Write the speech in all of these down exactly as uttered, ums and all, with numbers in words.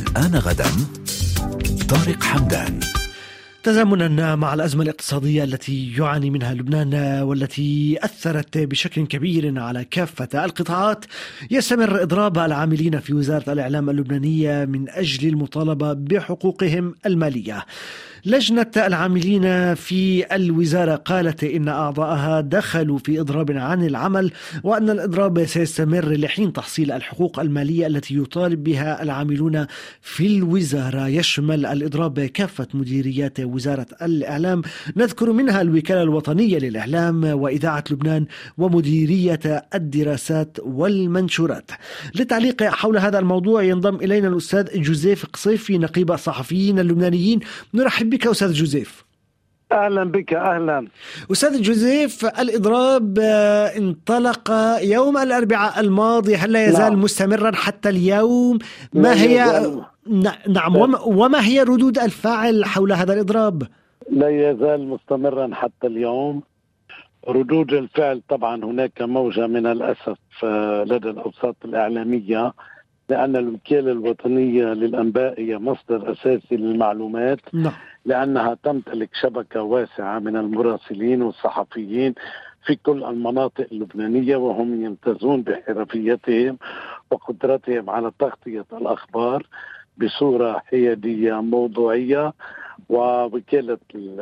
آن غدا طارق حمدان. تزامنا مع الأزمة الاقتصادية التي يعاني منها لبنان والتي أثرت بشكل كبير على كافة القطاعات، يستمر إضراب العاملين في وزارة الإعلام اللبنانية من أجل المطالبة بحقوقهم المالية. لجنة العاملين في الوزارة قالت إن أعضائها دخلوا في إضراب عن العمل، وأن الإضراب سيستمر لحين تحصيل الحقوق المالية التي يطالب بها العاملون في الوزارة. يشمل الإضراب كافة مديريات وزارة الإعلام، نذكر منها الوكالة الوطنية للإعلام وإذاعة لبنان ومديرية الدراسات والمنشورات. للتعليق حول هذا الموضوع ينضم إلينا الأستاذ جوزيف قصيفي نقيب الصحفيين اللبنانيين. نرحب بك أستاذ جوزيف. أهلا بك. أهلا أستاذ جوزيف، الإضراب انطلق يوم الأربعاء الماضي، هل لا يزال نعم. مستمرا حتى اليوم؟ ما هي نعم وما... وما هي ردود الفعل حول هذا الإضراب؟ لا يزال مستمرا حتى اليوم. ردود الفعل طبعا هناك موجة من الأسف لدى الأوساط الإعلامية، لأن الوكالة الوطنية للأنباء هي مصدر أساسي للمعلومات نعم. لأنها تمتلك شبكة واسعة من المراسلين والصحفيين في كل المناطق اللبنانية، وهم يمتازون بحرفيتهم وقدرتهم على تغطية الأخبار بصورة حيادية موضوعية. ووكالة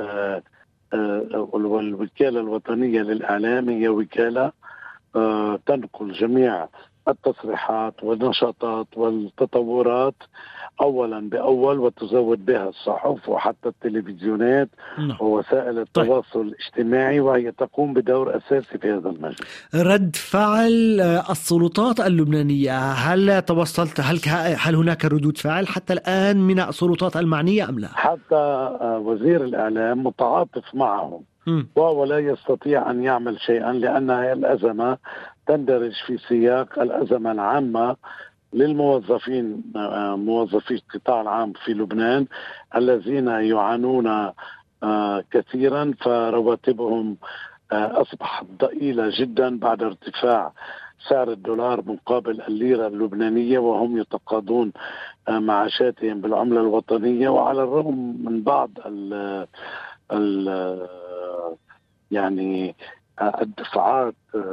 والوكالة الوطنية للإعلام هي وكالة تنقل جميع التصريحات والنشاطات والتطورات أولا بأول، وتزود بها الصحف وحتى التلفزيونات no. ووسائل التواصل طيب. الاجتماعي، وهي تقوم بدور أساسي في هذا المجال. رد فعل السلطات اللبنانية، هل توصلت هل هل هناك ردود فعل حتى الآن من السلطات المعنية أم لا؟ حتى وزير الإعلام متعاطف معهم م. وهو لا يستطيع أن يعمل شيئا، لأن هذه الأزمة تندرج في سياق الأزمة العامة للموظفين، موظفي القطاع العام في لبنان الذين يعانون كثيرا، فرواتبهم أصبحت ضئيلة جدا بعد ارتفاع سعر الدولار مقابل الليرة اللبنانية، وهم يتقاضون معاشاتهم بالعملة الوطنية. وعلى الرغم من بعض ال ال يعني الدفعات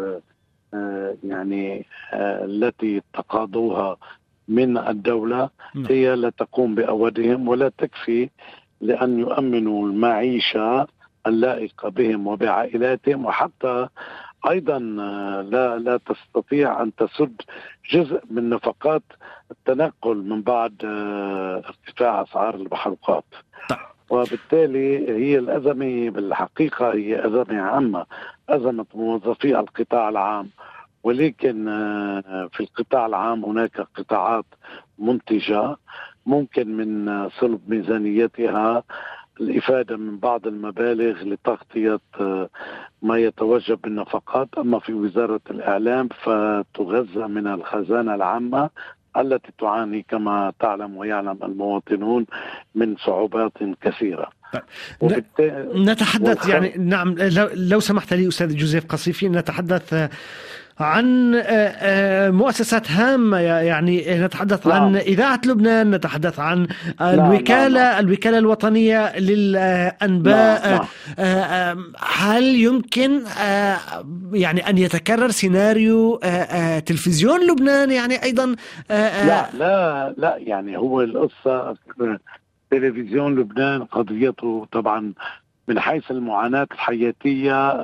يعني التي تقاضوها من الدولة هي لا تقوم بأودهم ولا تكفي لأن يؤمنوا المعيشة اللائقة بهم وبعائلاتهم، وحتى أيضا لا لا تستطيع أن تسد جزء من نفقات التنقل من بعد ارتفاع أسعار المحروقات. وبالتالي هي الأزمة بالحقيقة هي أزمة عامة، أزمة موظفي القطاع العام. ولكن في القطاع العام هناك قطاعات منتجة ممكن من صلب ميزانيتها الإفادة من بعض المبالغ لتغطية ما يتوجب بالنفقات. أما في وزارة الإعلام فتغذى من الخزانة العامة التي تعاني كما تعلم ويعلم المواطنون من صعوبات كثيرة. وبالتالي نتحدث والخ... يعني نعم لو, لو سمحت لي أستاذ جوزيف قصيفي، نتحدث عن مؤسسات هامة، يعني نتحدث نعم. عن إذاعة لبنان، نتحدث عن الوكالة نعم. نعم. الوكالة الوطنية للأنباء نعم. نعم. هل يمكن يعني أن يتكرر سيناريو تلفزيون لبنان يعني أيضا؟ لا لا لا يعني هو القصة تلفزيون لبنان قضيته طبعا من حيث المعاناة الحياتية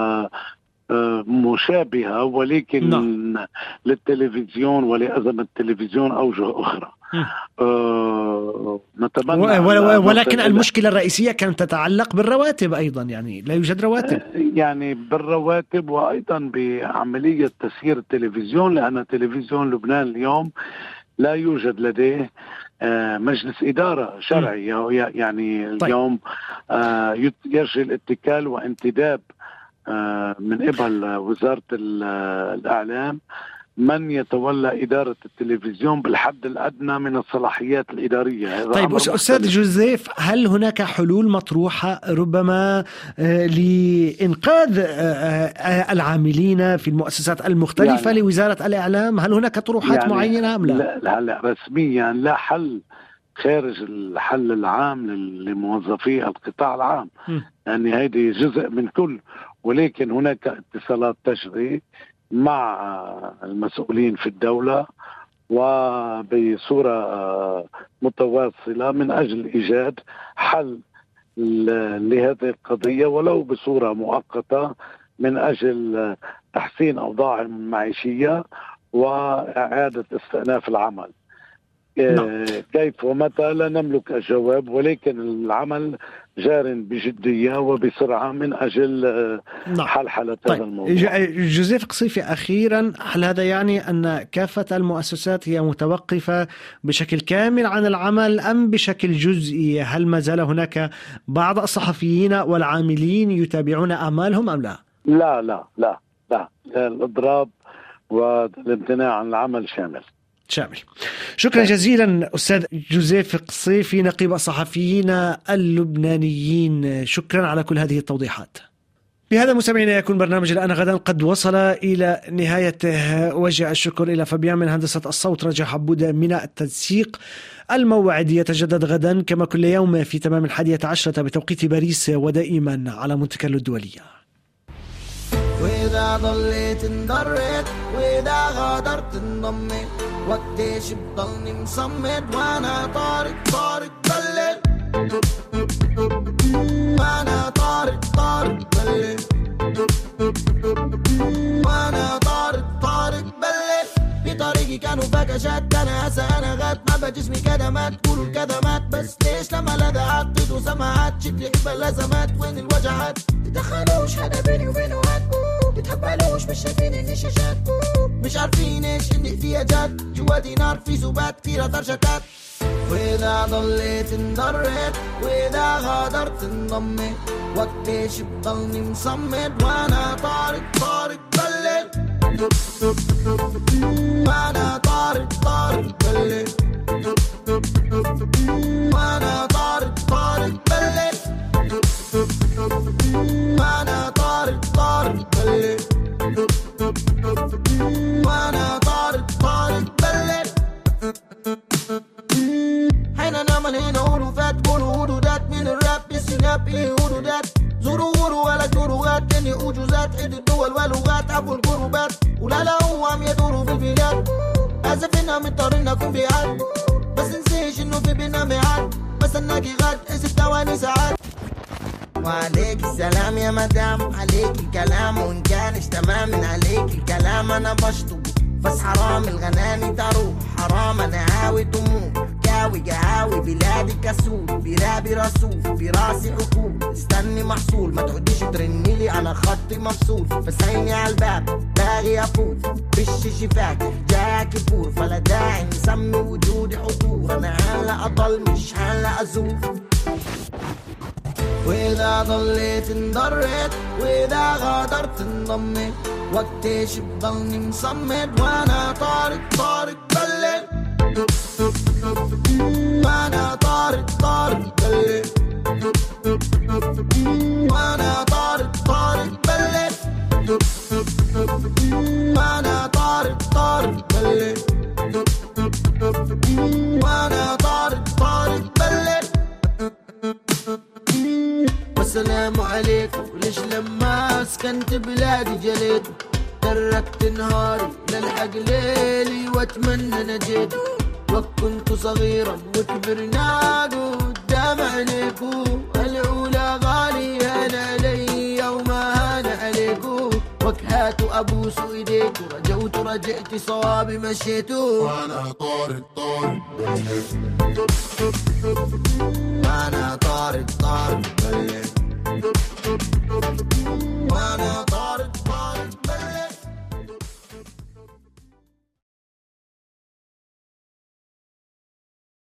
مشابهة، ولكن no. للتلفزيون ولأزمة التلفزيون أوجه أخرى. أه نتمنى و... ولكن المشكلة الرئيسية كانت تتعلق بالرواتب أيضا، يعني لا يوجد رواتب، يعني بالرواتب وأيضا بعملية تسيير التلفزيون، لأن تلفزيون لبنان اليوم لا يوجد لديه مجلس إدارة شرعي. م. يعني اليوم طيب. يرجى الاتكال وانتداب من قبل وزارة الإعلام من يتولى إدارة التلفزيون بالحد الأدنى من الصلاحيات الإدارية. طيب أستاذ جوزيف، هل هناك حلول مطروحة ربما لإنقاذ العاملين في المؤسسات المختلفة يعني لوزارة الإعلام؟ هل هناك طروحات يعني معينة أم لا؟ لا, لا رسميا لا حل خارج الحل العام لموظفي القطاع العام، يعني هذه جزء من كل، ولكن هناك اتصالات تجري مع المسؤولين في الدولة وبصورة متواصلة من أجل إيجاد حل لهذه القضية ولو بصورة مؤقتة من أجل تحسين أوضاعهم المعيشية وإعادة استئناف العمل. نعم. كيف ومتى لا نملك الجواب، ولكن العمل جار بجدية وبسرعة من أجل نعم. حلحلة طيب. هذا الموضوع. جوزيف قصيفي، أخيرا، هل هذا يعني أن كافة المؤسسات هي متوقفة بشكل كامل عن العمل أم بشكل جزئي؟ هل ما زال هناك بعض الصحفيين والعاملين يتابعون أعمالهم أم لا؟ لا لا لا لا الإضراب والامتناع عن العمل شامل شامل. شكرا جزيلا أستاذ جوزيف قصيفي، نقيب الصحفيين اللبنانيين، شكرا على كل هذه التوضيحات. بهذا مستمعينا يكون برنامج الآن غدا قد وصل إلى نهايته. وجه الشكر إلى فبيان من هندسة الصوت، رجع حبودة من التنسيق. الموعد يتجدد غدا كما كل يوم في تمام الحادية عشرة بتوقيت باريس، ودائما على مونت كارلو الدولية. وإذا ضليت انضريت وإذا غادرت انضميت، وقتيش بضلني مصمد وأنا طارق طارق بلل، وأنا طارق طارق بلل، وأنا طارق طارق بلل. بطريقي كانوا فكشات، أنا هسا أنا غات، ما بجسمي كدمات، قولوا الكدمات بس ليش لما لدعات تدو سماعات، شكلي حبة لازمات، وين الوجعات؟ تدخلوش حدا بيني وبينه هات، بتحبالوش مش شايفين اني شاشات، مش عارفين ايش اني فيها جد، جواتي نار في سبات كتيرة طرشتات. واذا ضليت انضريت واذا غادرت انضميت، وقتيش بضلني مصمد وانا طارق طارق بلل، وانا طارق طارق بلل، وانا طارق طارق بلل، وانا طارق طارق بلل، وانا طارق طارق بلل. حين نعمل هنا هروفات، قولوا هدودات من الراب بالسناب إلي هدودات، زوروا غوروا ولا جوروا غات، كني أوجوزات عد الدول ولغات، عبوا القروبات ولا لا هو عم يدوروا في البلاد. أسفنا مضطرين نكون بيعاد، بس نسيش إنه في بينا ميعاد، بس نلاقي غاد اسم ثواني ساعات. وعليك السلام يا مدام، عليك الكلام وإن كانش تمام من عليك الكلام أنا بشطب، بس حرام الغناني تروح، حرام أنا هاوي طموح، كاوي قهاوي بلادي كسول، برابي رسول براسي حقوق، استني محصول ما تقعديش ترنيلي أنا خطي مفصول، فسعيني عالباب باغي أفوت، بشي فاكر جاكي فور، فلا داعي نسمي وجودي حضور، أنا هلا أضل مش هلا أزور. وإذا ضليت انضريت وإذا غادرت انضميت، وقتيش بضلني مصمد وانا طارق طارق بلل، وانا طارق طارق بلل، وانا طارق طارق بلل، وانا طارق طارق بلل، وانا طارق طارق بلل. السلام عليكم، ليش لما سكنت بلادي جليت، تركت نهاري للحق ليلي واتمنى نجيت، وكنت صغيرا وكبرنا قدام عينيكو، العلا غالي هان علي وما هان عليكو، وكهاتوا ابوسوا ايديكو، رجوت رجعتي صوابي مشيتو، وانا طارق طارق وانا طارق طارق بلل،